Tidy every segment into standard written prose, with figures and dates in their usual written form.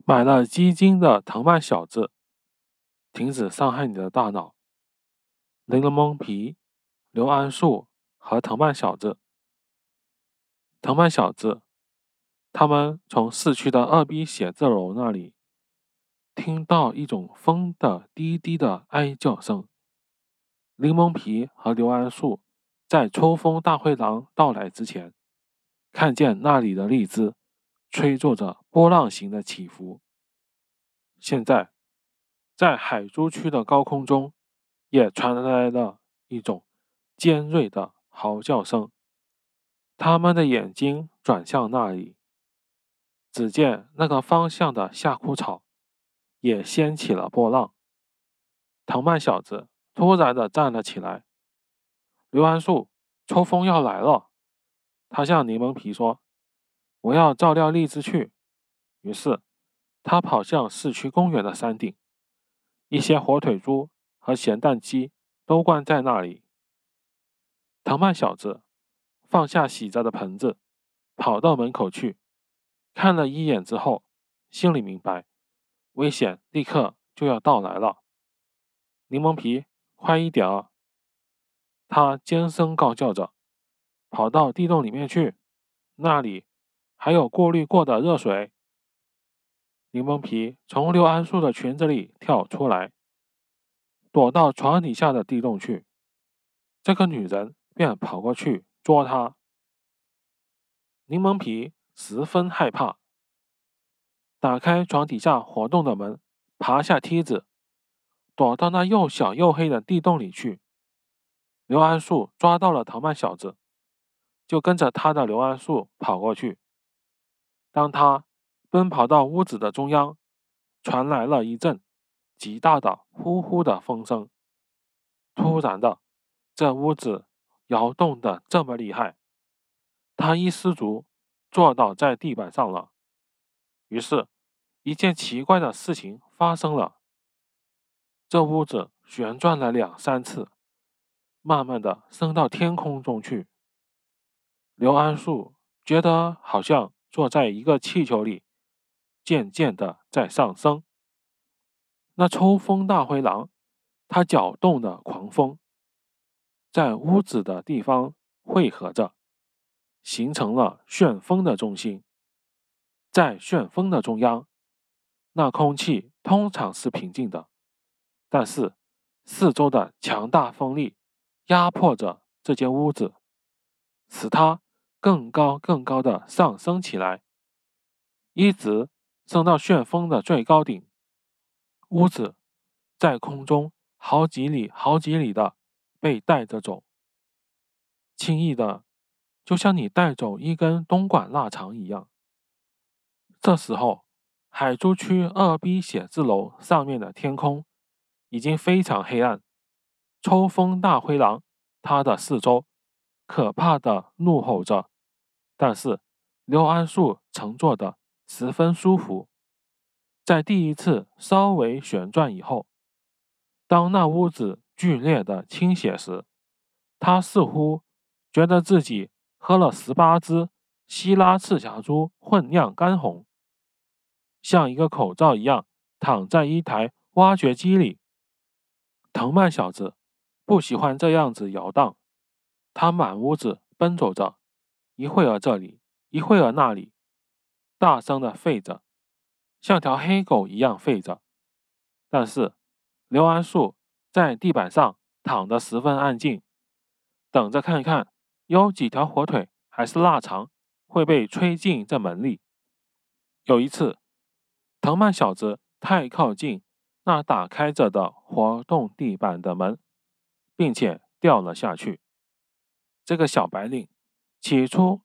买了基金的藤蔓小子，停止伤害你的大脑。柠檬皮、硫胺树和藤蔓小子。藤蔓小子，他们从市区的2B 写字楼那里听到一种风的低低的哀叫声。柠檬皮和硫胺树在抽风大灰狼到来之前，看见那里的荔枝吹奏着波浪形的起伏。现在，在海珠区的高空中，也传来了一种尖锐的嚎叫声。他们的眼睛转向那里，只见那个方向的夏枯草也掀起了波浪。藤蔓小子突然地站了起来。硫胺树，抽风要来了，他向柠檬皮说：“我要照料荔枝去。”于是，他跑向市区公园的山顶，一些火腿猪和咸蛋鸡都关在那里。藤蔓小子放下洗着的盆子，跑到门口去，看了一眼之后，心里明白，危险立刻就要到来了。柠檬皮，快一点啊！他尖声高叫着，跑到地洞里面去，那里还有过滤过的热水。柠檬皮从硫胺树的裙子里跳出来，躲到床底下的地洞去。这个女人便跑过去捉他。柠檬皮十分害怕，打开床底下活动的门，爬下梯子，躲到那又小又黑的地洞里去。硫胺树抓到了藤蔓小子，就跟着他的硫胺树跑过去。当他奔跑到屋子的中央，传来了一阵极大的呼呼的风声。突然的，这屋子摇动得这么厉害，他一失足坐倒在地板上了。于是，一件奇怪的事情发生了。这屋子旋转了2、3次，慢慢的升到天空中去。硫胺树觉得好像坐在一个气球里，渐渐的在上升。那抽风大灰狼，它搅动的狂风，在屋子的地方汇合着，形成了旋风的中心。在旋风的中央，那空气通常是平静的，但是四周的强大风力压迫着这间屋子，使它更高更高的上升起来，一直升到旋风的最高顶。屋子在空中好几里好几里的被带着走，轻易的就像你带走一根东莞腊肠一样。这时候，海珠区2B 写字楼上面的天空已经非常黑暗。抽风大灰狼，它的四周可怕的怒吼着，但是硫胺树乘坐的十分舒服。在第一次稍微旋转以后，当那屋子剧烈的倾斜时，他似乎觉得自己喝了18只希拉赤霞珠混酿干红，像一个口罩一样躺在一台挖掘机里。藤蔓小子不喜欢这样子摇荡，他满屋子奔走着，一会儿这里，一会儿那里，大声的吠着，像条黑狗一样吠着。但是硫胺树在地板上躺得十分安静，等着看看有几条火腿还是腊肠会被吹进这门里。有一次，藤蔓小子太靠近那打开着的活动地板的门，并且掉了下去。这个小白领起初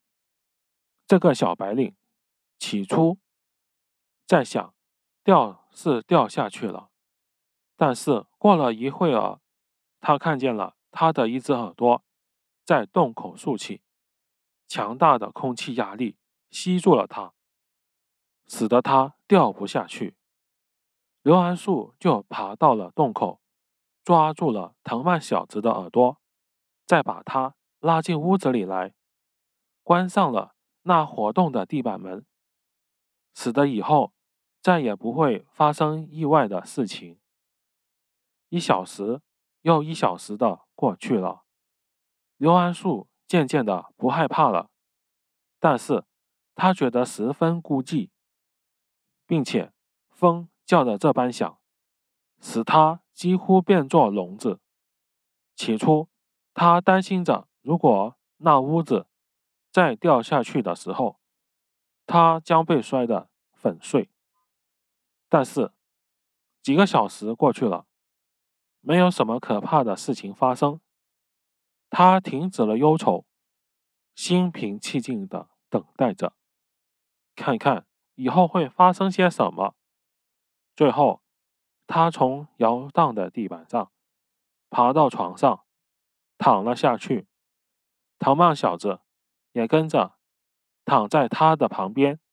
在想，掉是掉下去了，但是过了一会儿，他看见了他的一只耳朵在洞口竖起，强大的空气压力吸住了他，使得他掉不下去。硫胺树就爬到了洞口，抓住了藤蔓小子的耳朵，再把他拉进屋子里来，关上了那活动的地板门，使得以后再也不会发生意外的事情。1小时又1小时的过去了，刘安树渐渐的不害怕了，但是他觉得十分孤寂，并且风叫得这般响，使他几乎变作聋子。起初，他担心着，如果那屋子再掉下去的时候，他将被摔得粉碎。但是，几个小时过去了，没有什么可怕的事情发生。他停止了忧愁，心平气静地等待着，看看以后会发生些什么。最后，他从摇荡的地板上爬到床上，躺了下去。唐曼小子也跟着躺在他的旁边。